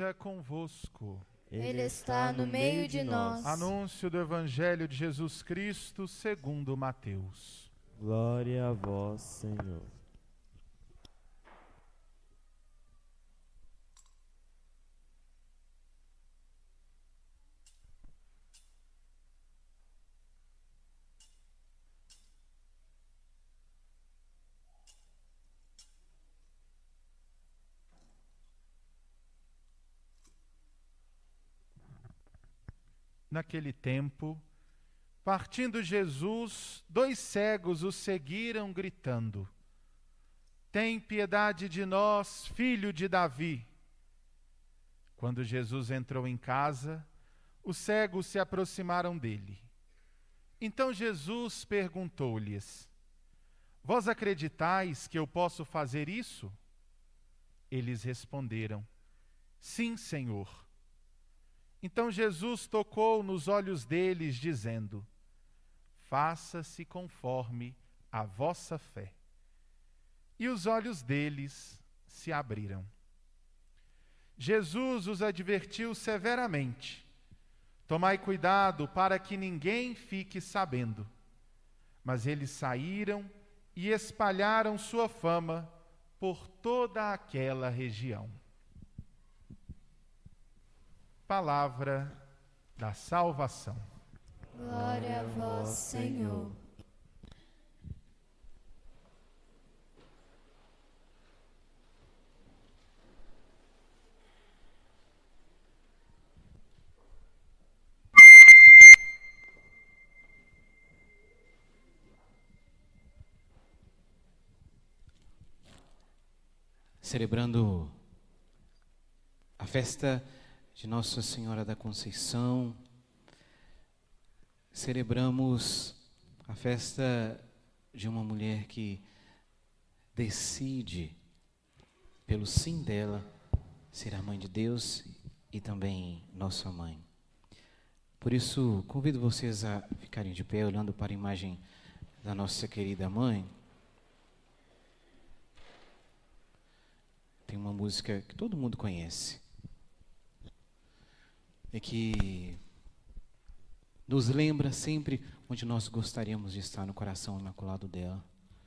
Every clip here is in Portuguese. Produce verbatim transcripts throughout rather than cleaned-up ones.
esteja convosco. Ele está no meio de nós. Anúncio do Evangelho de Jesus Cristo segundo Mateus. Glória a vós, Senhor. Naquele tempo, partindo Jesus, dois cegos o seguiram gritando: Tem piedade de nós, filho de Davi. Quando Jesus entrou em casa, os cegos se aproximaram dele. Então Jesus perguntou-lhes: Vós acreditais que eu posso fazer isso? Eles responderam: Sim, Senhor. Então Jesus tocou nos olhos deles, dizendo: Faça-se conforme a vossa fé. E os olhos deles se abriram. Jesus os advertiu severamente: Tomai cuidado para que ninguém fique sabendo. Mas eles saíram e espalharam sua fama por toda aquela região. Palavra da salvação. Glória a vós, Senhor. Celebrando a festa de Nossa Senhora da Conceição, celebramos a festa de uma mulher que decide, pelo sim dela, ser a mãe de Deus e também nossa mãe. Por isso, convido vocês a ficarem de pé, olhando para a imagem da nossa querida mãe. Tem uma música que todo mundo conhece, e que nos lembra sempre onde nós gostaríamos de estar, no coração imaculado dela.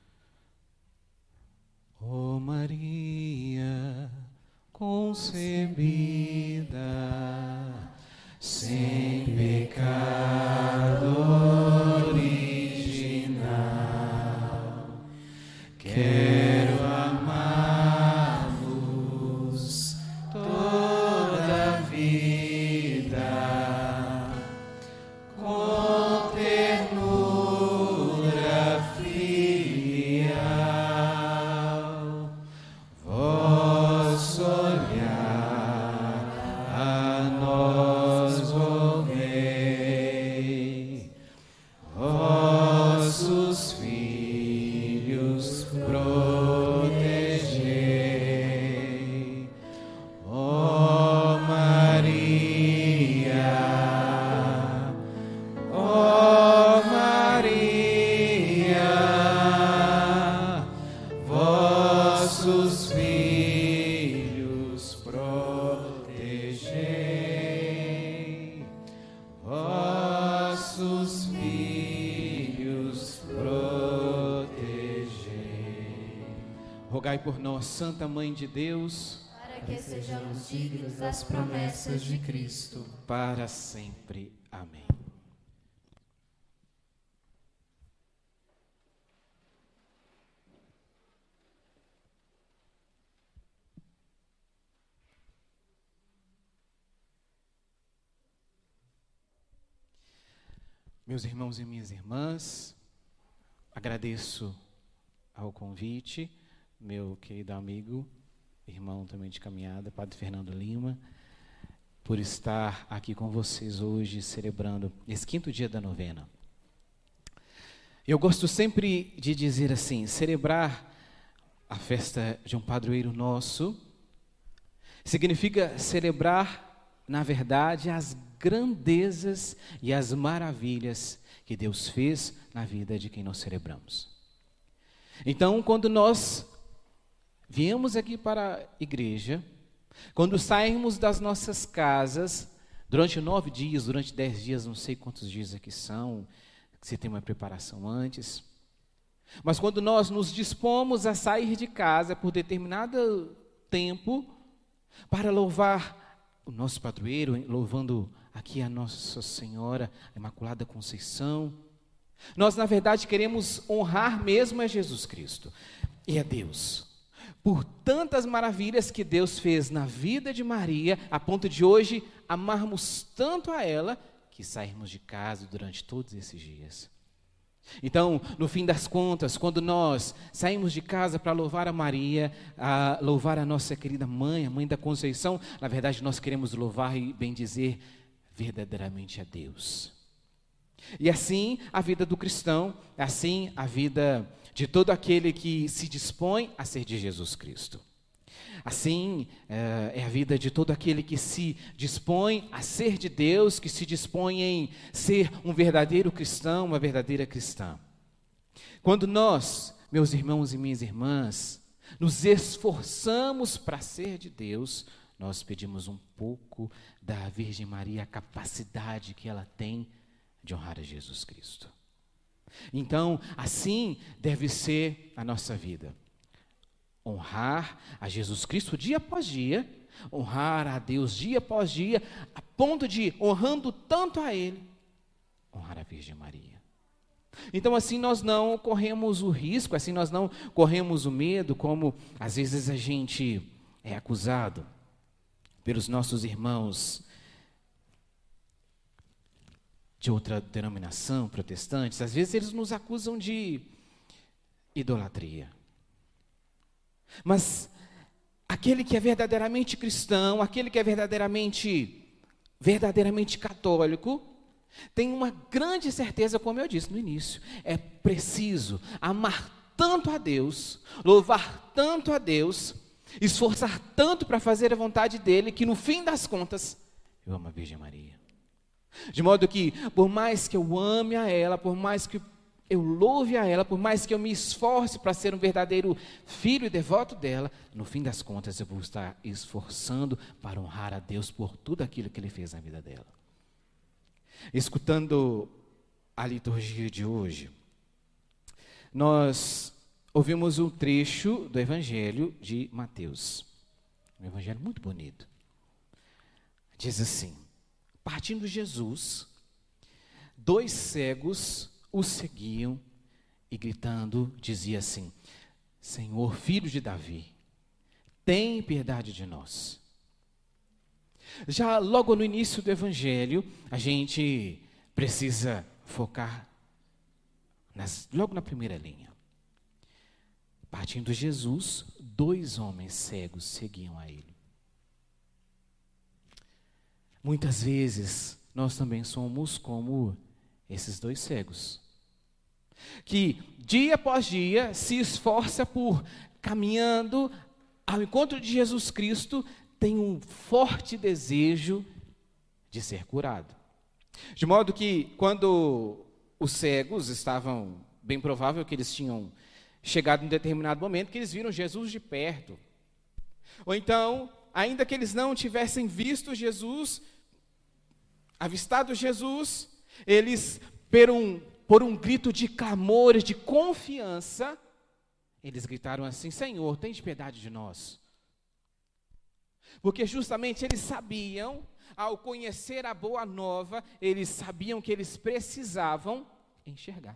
Ó Maria concebida sem pecado original, quero amar-vos toda a vida. Rogai por nós, Santa Mãe de Deus, para que sejamos dignos das promessas de Cristo. Para sempre. Amém. Meus irmãos e minhas irmãs, agradeço ao convite, meu querido amigo, irmão também de caminhada, Padre Fernando Lima, por estar aqui com vocês hoje, celebrando esse quinto dia da novena. Eu gosto sempre de dizer assim, celebrar a festa de um padroeiro nosso significa celebrar, na verdade, as grandezas e as maravilhas que Deus fez na vida de quem nós celebramos. Então, quando nós viemos aqui para a igreja, Quando sairmos das nossas casas, durante nove dias, durante dez dias, não sei quantos dias aqui são, se tem uma preparação antes, mas quando nós nos dispomos a sair de casa por determinado tempo, para louvar o nosso padroeiro, louvando aqui a Nossa Senhora, a Imaculada Conceição, nós, na verdade, queremos honrar mesmo a Jesus Cristo e a Deus, por tantas maravilhas que Deus fez na vida de Maria, a ponto de hoje amarmos tanto a ela, que sairmos de casa durante todos esses dias. Então, no fim das contas, quando nós saímos de casa para louvar a Maria, a louvar a nossa querida mãe, a mãe da Conceição, na verdade nós queremos louvar e bendizer verdadeiramente a Deus. E assim a vida do cristão, assim a vida de todo aquele que se dispõe a ser de Jesus Cristo. Assim é a vida de todo aquele que se dispõe a ser de Deus, que se dispõe em ser um verdadeiro cristão, uma verdadeira cristã. Quando nós, meus irmãos e minhas irmãs, nos esforçamos para ser de Deus, nós pedimos um pouco da Virgem Maria, a capacidade que ela tem de honrar a Jesus Cristo. Então, assim deve ser a nossa vida. Honrar a Jesus Cristo dia após dia, honrar a Deus dia após dia, a ponto de, honrando tanto a Ele, honrar a Virgem Maria. Então, assim nós não corremos o risco, assim nós não corremos o medo, como às vezes a gente é acusado pelos nossos irmãos de outra denominação, protestantes. Às vezes eles nos acusam de idolatria. Mas aquele que é verdadeiramente cristão, aquele que é verdadeiramente, verdadeiramente católico, tem uma grande certeza, como eu disse no início, é preciso amar tanto a Deus, louvar tanto a Deus, esforçar tanto para fazer a vontade dEle, que no fim das contas, eu amo a Virgem Maria. De modo que, por mais que eu ame a ela, por mais que eu louve a ela, por mais que eu me esforce para ser um verdadeiro filho e devoto dela, no fim das contas eu vou estar esforçando para honrar a Deus por tudo aquilo que Ele fez na vida dela. Escutando a liturgia de hoje, nós ouvimos um trecho do Evangelho de Mateus, um evangelho muito bonito. Diz assim: partindo Jesus, dois cegos o seguiam e gritando, dizia assim: Senhor, filho de Davi, tem piedade de nós. Já logo no início do Evangelho, a gente precisa focar nas, logo na primeira linha. Partindo Jesus, dois homens cegos seguiam a ele. Muitas vezes, nós também somos como esses dois cegos, que dia após dia se esforça por, caminhando ao encontro de Jesus Cristo, tem um forte desejo de ser curado. De modo que, quando os cegos estavam, bem provável que eles tinham chegado em um determinado momento, que eles viram Jesus de perto. Ou então, ainda que eles não tivessem visto Jesus, avistado Jesus, eles, por um, por um grito de clamor, de confiança, eles gritaram assim: Senhor, tem piedade de nós. Porque justamente eles sabiam, ao conhecer a boa nova, eles sabiam que eles precisavam enxergar.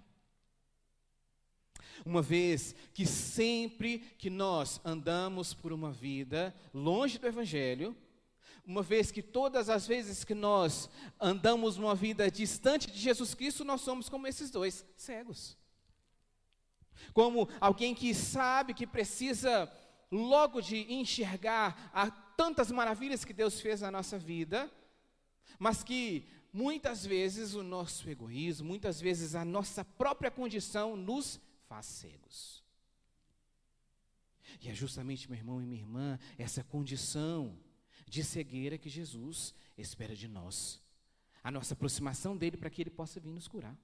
Uma vez que sempre que nós andamos por uma vida longe do Evangelho, uma vez que todas as vezes que nós andamos uma vida distante de Jesus Cristo, nós somos como esses dois cegos. Como alguém que sabe que precisa logo de enxergar a tantas maravilhas que Deus fez na nossa vida, mas que muitas vezes o nosso egoísmo, muitas vezes a nossa própria condição nos faz cegos. E é justamente, meu irmão e minha irmã, essa condição de cegueira que Jesus espera de nós, a nossa aproximação dele para que ele possa vir nos curar.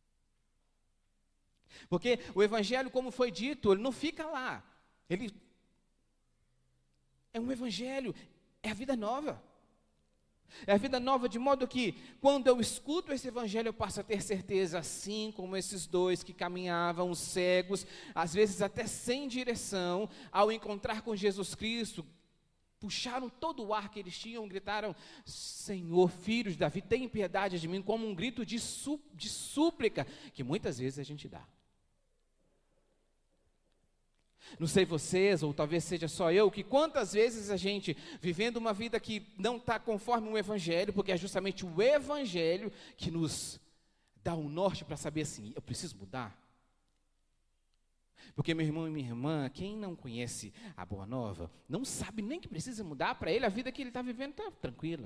Porque o Evangelho, como foi dito, ele não fica lá, ele é um Evangelho É a vida nova. É a vida nova de modo que, quando eu escuto esse evangelho, eu passo a ter certeza, assim como esses dois que caminhavam cegos, às vezes até sem direção, ao encontrar com Jesus Cristo, puxaram todo o ar que eles tinham, gritaram: Senhor, filho de Davi, tem piedade de mim, como um grito de, sú, de súplica, que muitas vezes a gente dá. Não sei vocês, ou talvez seja só eu, que quantas vezes a gente, vivendo uma vida que não está conforme o Evangelho, porque é justamente o Evangelho que nos dá um norte para saber assim, eu preciso mudar. Porque meu irmão e minha irmã, quem não conhece a Boa Nova, não sabe nem que precisa mudar. Para ele a vida que ele está vivendo está tranquila.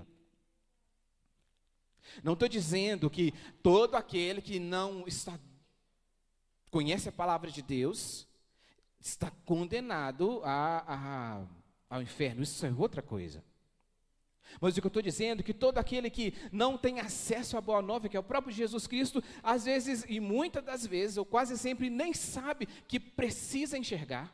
Não estou dizendo que todo aquele que não está, conhece a palavra de Deus está condenado a, a, ao inferno. Isso é outra coisa. Mas o que eu estou dizendo é que todo aquele que não tem acesso à Boa Nova, que é o próprio Jesus Cristo, às vezes, e muitas das vezes, ou quase sempre, nem sabe que precisa enxergar.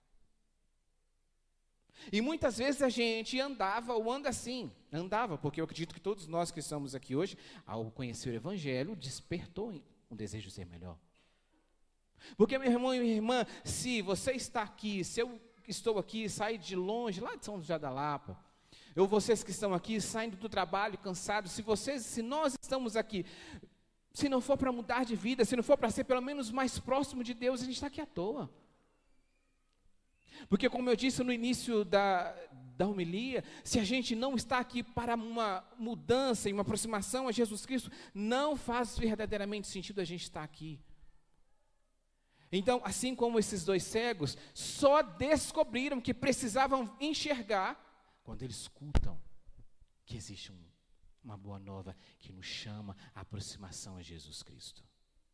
E muitas vezes a gente andava ou anda assim, andava, porque eu acredito que todos nós que estamos aqui hoje, ao conhecer o Evangelho, despertou um desejo de ser melhor. Porque, meu irmão e minha irmã, se você está aqui, se eu estou aqui, saí de longe, lá de São José da Lapa, ou vocês que estão aqui, saindo do trabalho, cansados, se vocês, se nós estamos aqui, se não for para mudar de vida, se não for para ser pelo menos mais próximo de Deus, a gente está aqui à toa. Porque, como eu disse no início da, da homilia, se a gente não está aqui para uma mudança e uma aproximação a Jesus Cristo, não faz verdadeiramente sentido a gente estar aqui. Então, assim como esses dois cegos, só descobriram que precisavam enxergar quando eles escutam que existe um, uma boa nova que nos chama à aproximação a Jesus Cristo.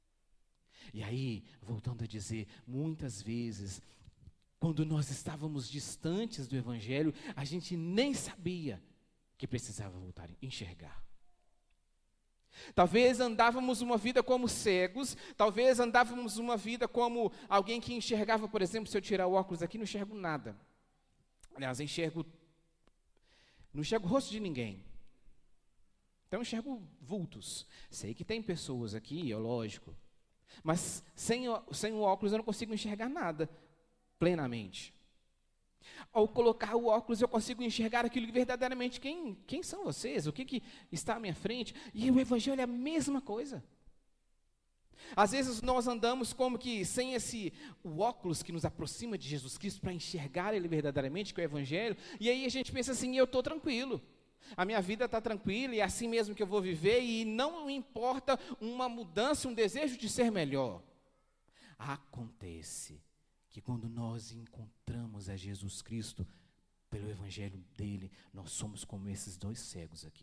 E aí, voltando a dizer, muitas vezes, quando nós estávamos distantes do Evangelho, a gente nem sabia que precisava voltar a enxergar. Talvez andávamos uma vida como cegos, talvez andávamos uma vida como alguém que enxergava, por exemplo, se eu tirar o óculos aqui, não enxergo nada. Aliás, enxergo, não enxergo o rosto de ninguém. Então, enxergo vultos. Sei que tem pessoas aqui, é lógico, mas sem, sem o óculos eu não consigo enxergar nada plenamente. Ao colocar o óculos, eu consigo enxergar aquilo que verdadeiramente, quem, quem são vocês? O que, que está à minha frente? E o Evangelho é a mesma coisa. Às vezes nós andamos como que sem esse o óculos que nos aproxima de Jesus Cristo para enxergar Ele verdadeiramente, que é o Evangelho, e aí a gente pensa assim, eu estou tranquilo. A minha vida está tranquila e é assim mesmo que eu vou viver e não importa uma mudança, um desejo de ser melhor. Acontece que quando nós encontramos a Jesus Cristo, pelo Evangelho dele, nós somos como esses dois cegos aqui,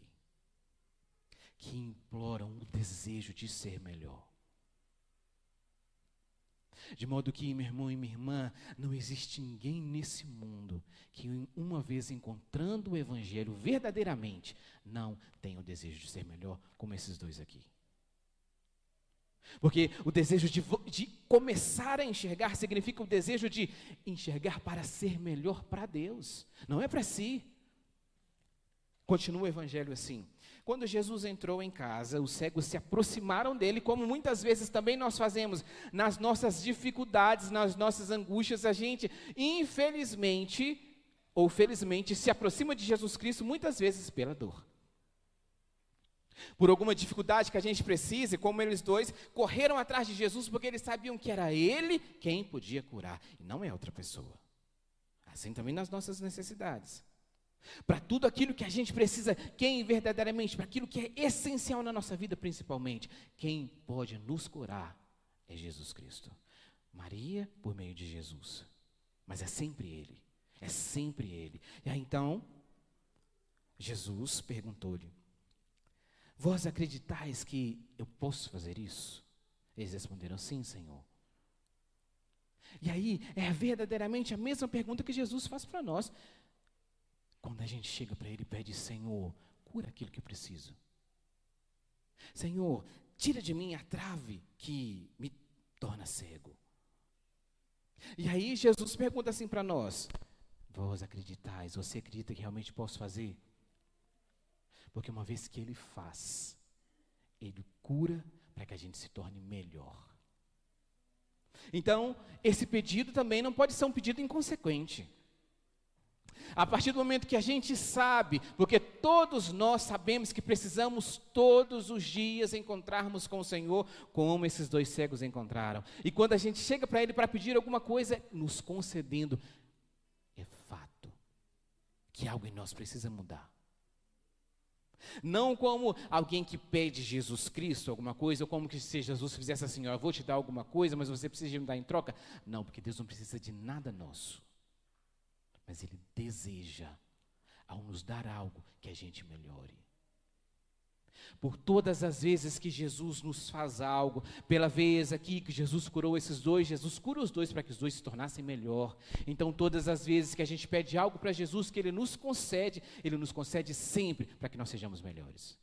que imploram o desejo de ser melhor. De modo que, meu irmão e minha irmã, não existe ninguém nesse mundo que, uma vez encontrando o Evangelho verdadeiramente, não tenha o desejo de ser melhor, como esses dois aqui. Porque o desejo de, de começar a enxergar significa o desejo de enxergar para ser melhor para Deus, não é para si. Continua o Evangelho assim. Quando Jesus entrou em casa, os cegos se aproximaram dele, como muitas vezes também nós fazemos nas nossas dificuldades, nas nossas angústias. A gente, infelizmente, ou felizmente, se aproxima de Jesus Cristo muitas vezes pela dor. Por alguma dificuldade que a gente precise, como eles dois, correram atrás de Jesus porque eles sabiam que era Ele quem podia curar, e não é outra pessoa. Assim também nas nossas necessidades. Para tudo aquilo que a gente precisa, quem verdadeiramente, para aquilo que é essencial na nossa vida principalmente, quem pode nos curar é Jesus Cristo. Maria, por meio de Jesus. Mas é sempre Ele, é sempre Ele. E aí então, Jesus perguntou-lhe, vós acreditais que eu posso fazer isso? Eles responderam, sim, Senhor. E aí, é verdadeiramente a mesma pergunta que Jesus faz para nós. Quando a gente chega para Ele e pede, Senhor, cura aquilo que eu preciso. Senhor, tira de mim a trave que me torna cego. E aí, Jesus pergunta assim para nós, vós acreditais, você acredita que realmente posso fazer? Porque uma vez que Ele faz, Ele cura para que a gente se torne melhor. Então, esse pedido também não pode ser um pedido inconsequente. A partir do momento que a gente sabe, porque todos nós sabemos que precisamos todos os dias encontrarmos com o Senhor, como esses dois cegos encontraram. E quando a gente chega para Ele para pedir alguma coisa, nos concedendo, é fato que algo em nós precisa mudar. Não como alguém que pede Jesus Cristo alguma coisa, ou como que se Jesus fizesse assim, ó, eu vou te dar alguma coisa, mas você precisa me dar em troca. Não, porque Deus não precisa de nada nosso. Mas Ele deseja, ao nos dar algo, que a gente melhore. Por todas as vezes que Jesus nos faz algo, pela vez aqui que Jesus curou esses dois, Jesus cura os dois para que os dois se tornassem melhor. Então, todas as vezes que a gente pede algo para Jesus, que Ele nos concede, Ele nos concede sempre para que nós sejamos melhores.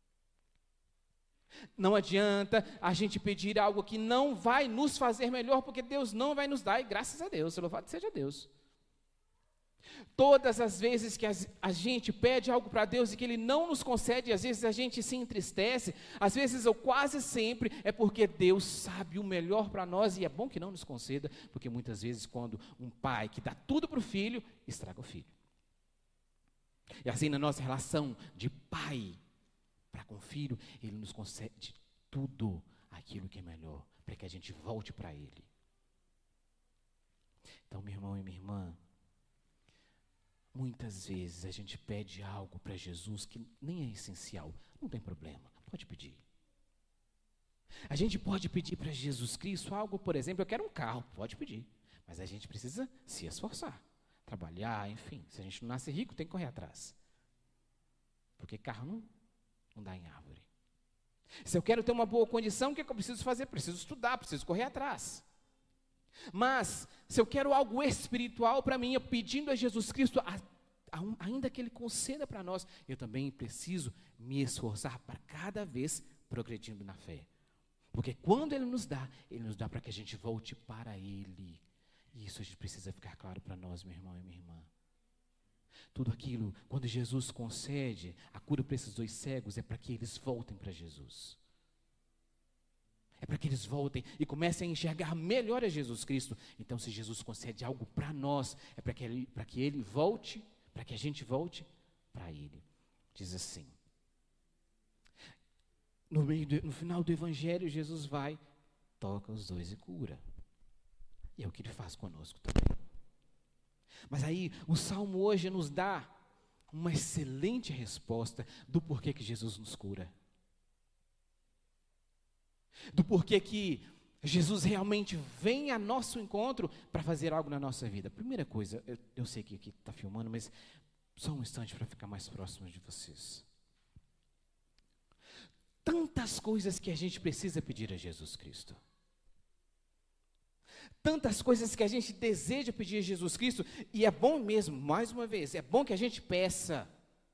Não adianta a gente pedir algo que não vai nos fazer melhor, porque Deus não vai nos dar, e graças a Deus, louvado seja Deus. Todas as vezes que a gente pede algo para Deus e que Ele não nos concede, às vezes a gente se entristece, às vezes ou quase sempre, é porque Deus sabe o melhor para nós, e é bom que não nos conceda, porque muitas vezes quando um pai que dá tudo para o filho, estraga o filho. E assim na nossa relação de pai para com o filho, Ele nos concede tudo aquilo que é melhor, para que a gente volte para Ele. Então, meu irmão e minha irmã, muitas vezes a gente pede algo para Jesus que nem é essencial. Não tem problema, pode pedir. A gente pode pedir para Jesus Cristo algo, por exemplo, eu quero um carro, pode pedir. Mas a gente precisa se esforçar, trabalhar, enfim. Se a gente não nasce rico, tem que correr atrás. Porque carro não, não dá em árvore. Se eu quero ter uma boa condição, o que, é que eu preciso fazer? Preciso estudar, preciso correr atrás. Mas, se eu quero algo espiritual para mim, eu pedindo a Jesus Cristo, a, a, ainda que Ele conceda para nós, eu também preciso me esforçar para cada vez progredindo na fé. Porque quando Ele nos dá, Ele nos dá para que a gente volte para Ele. E isso a gente precisa ficar claro para nós, meu irmão e minha irmã. Tudo aquilo, quando Jesus concede a cura para esses dois cegos, é para que eles voltem para Jesus. É para que eles voltem e comecem a enxergar melhor a Jesus Cristo. Então, se Jesus concede algo para nós, é para que ele, para que ele volte, para que a gente volte para Ele. Diz assim, no, meio do, no final do Evangelho, Jesus vai, toca os dois e cura. E é o que Ele faz conosco também. Mas aí, o Salmo hoje nos dá uma excelente resposta do porquê que Jesus nos cura. Do porquê que Jesus realmente vem a nosso encontro para fazer algo na nossa vida. Primeira coisa, eu, eu sei que aqui está filmando, mas só um instante para ficar mais próximo de vocês. Tantas coisas que a gente precisa pedir a Jesus Cristo. Tantas coisas que a gente deseja pedir a Jesus Cristo, e é bom mesmo, mais uma vez, é bom que a gente peça.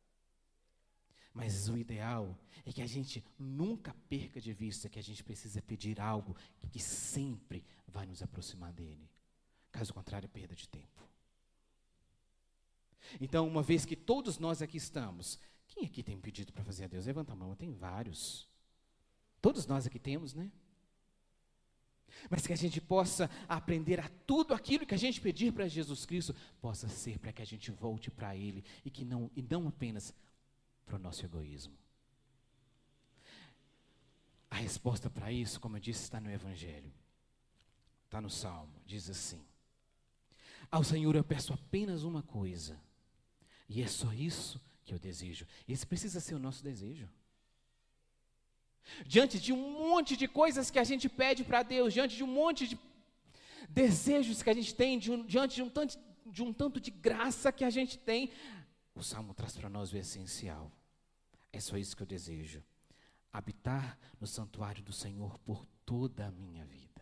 Mas o ideal é que a gente nunca perca de vista que a gente precisa pedir algo que sempre vai nos aproximar dele. Caso contrário, é perda de tempo. Então, uma vez que todos nós aqui estamos, quem aqui tem pedido para fazer a Deus? Levanta a mão, tem vários. Todos nós aqui temos, né? Mas que a gente possa aprender a tudo aquilo que a gente pedir para Jesus Cristo, possa ser para que a gente volte para Ele, e que não, e não apenas para o nosso egoísmo. A resposta para isso, como eu disse, está no Evangelho. Está no Salmo, diz assim: ao Senhor eu peço apenas uma coisa, e é só isso que eu desejo. Esse precisa ser o nosso desejo. Diante de um monte de coisas que a gente pede para Deus, diante de um monte de desejos que a gente tem, de um, diante de um, tanto, de um tanto de graça que a gente tem, o Salmo traz para nós o essencial. É só isso que eu desejo: habitar no santuário do Senhor por toda a minha vida.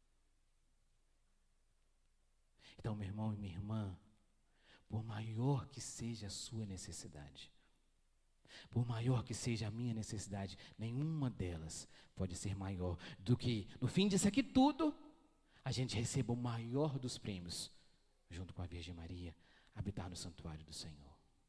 Então, meu irmão e minha irmã, por maior que seja a sua necessidade, por maior que seja a minha necessidade, nenhuma delas pode ser maior do que, no fim disso aqui tudo, a gente receba o maior dos prêmios, junto com a Virgem Maria, habitar no santuário do Senhor.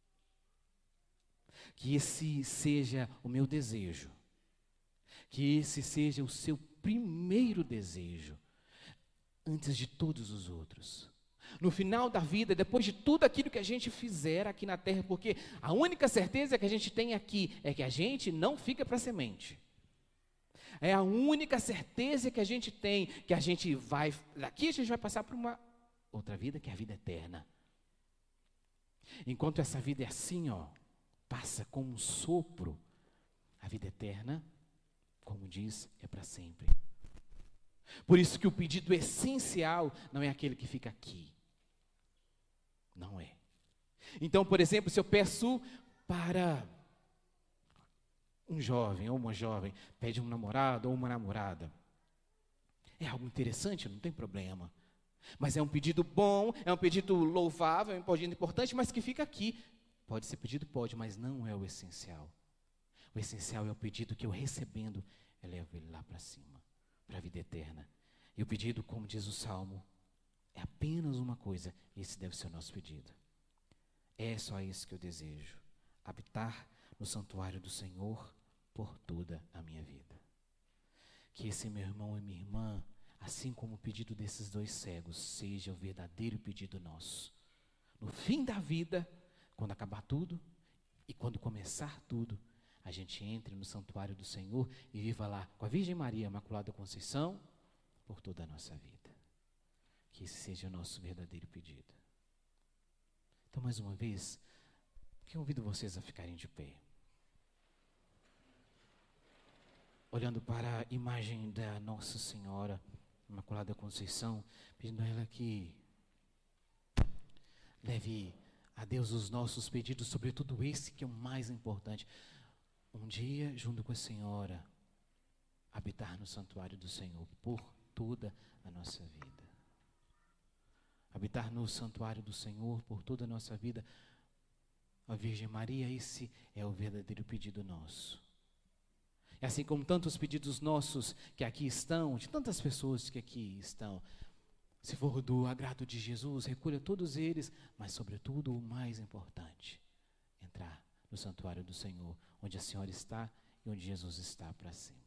Que esse seja o meu desejo, que esse seja o seu primeiro desejo, antes de todos os outros. No final da vida, depois de tudo aquilo que a gente fizer aqui na terra, porque a única certeza que a gente tem aqui é que a gente não fica para semente. É a única certeza que a gente tem, que a gente vai, daqui a gente vai passar por uma outra vida, que é a vida eterna. Enquanto essa vida é assim, ó, passa como um sopro, a vida eterna, como diz, é para sempre. Por isso que o pedido essencial não é aquele que fica aqui. Não é. Então, por exemplo, se eu peço para um jovem ou uma jovem, pede um namorado ou uma namorada, é algo interessante, não tem problema. Mas é um pedido bom, é um pedido louvável, é um pedido importante, mas que fica aqui. Pode ser pedido? Pode, mas não é o essencial. O essencial é o pedido que eu recebendo, eu levo ele lá para cima, para a vida eterna. E o pedido, como diz o Salmo, é apenas uma coisa, esse deve ser o nosso pedido. É só isso que eu desejo, habitar no santuário do Senhor por toda a minha vida. Que esse meu irmão e minha irmã, assim como o pedido desses dois cegos, seja o verdadeiro pedido nosso. No fim da vida, quando acabar tudo e quando começar tudo, a gente entre no santuário do Senhor e viva lá com a Virgem Maria Imaculada Conceição por toda a nossa vida. Que esse seja o nosso verdadeiro pedido. Então, mais uma vez, que eu convido vocês a ficarem de pé. Olhando para a imagem da Nossa Senhora Imaculada Conceição, pedindo a ela que leve a Deus os nossos pedidos, sobretudo esse que é o mais importante. Um dia, junto com a Senhora, habitar no santuário do Senhor por toda a nossa vida. Habitar no santuário do Senhor por toda a nossa vida. A Virgem Maria, esse é o verdadeiro pedido nosso. E assim como tantos pedidos nossos que aqui estão, de tantas pessoas que aqui estão, se for do agrado de Jesus, recolha todos eles, mas sobretudo o mais importante, entrar no santuário do Senhor, onde a Senhora está e onde Jesus está para sempre.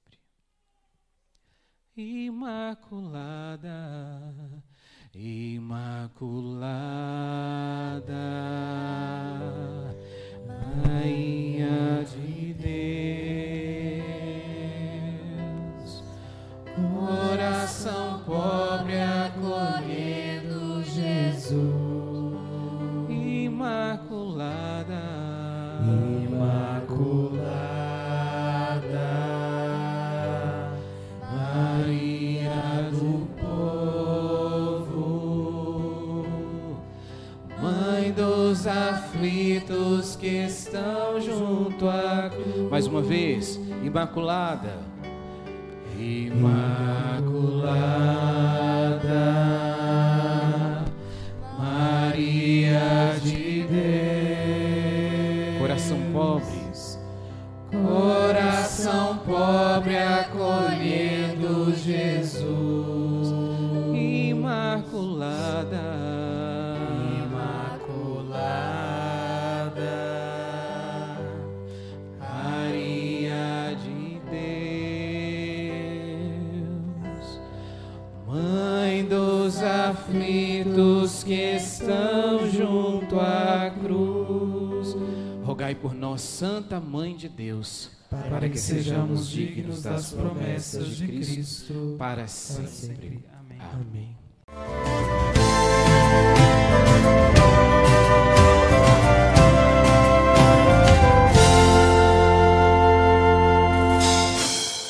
Imaculada, Imaculada, Rainha de Deus, coração pobre acolhendo Jesus. Imaculada, Imaculada, Maria do povo, Mãe dos aflitos que estão junto à cruz. Mais uma vez, Imaculada, Imaculada, Maria de Deus, coração pobres, coração pobre acolhendo Jesus. Imaculada, Imaculada, Maria de Deus, Mãe dos aflitos que estão junto à cruz, rogai por nós, Santa Mãe de Deus, para, para que sejamos dignos das promessas de Cristo, para sempre. Amém. Amém.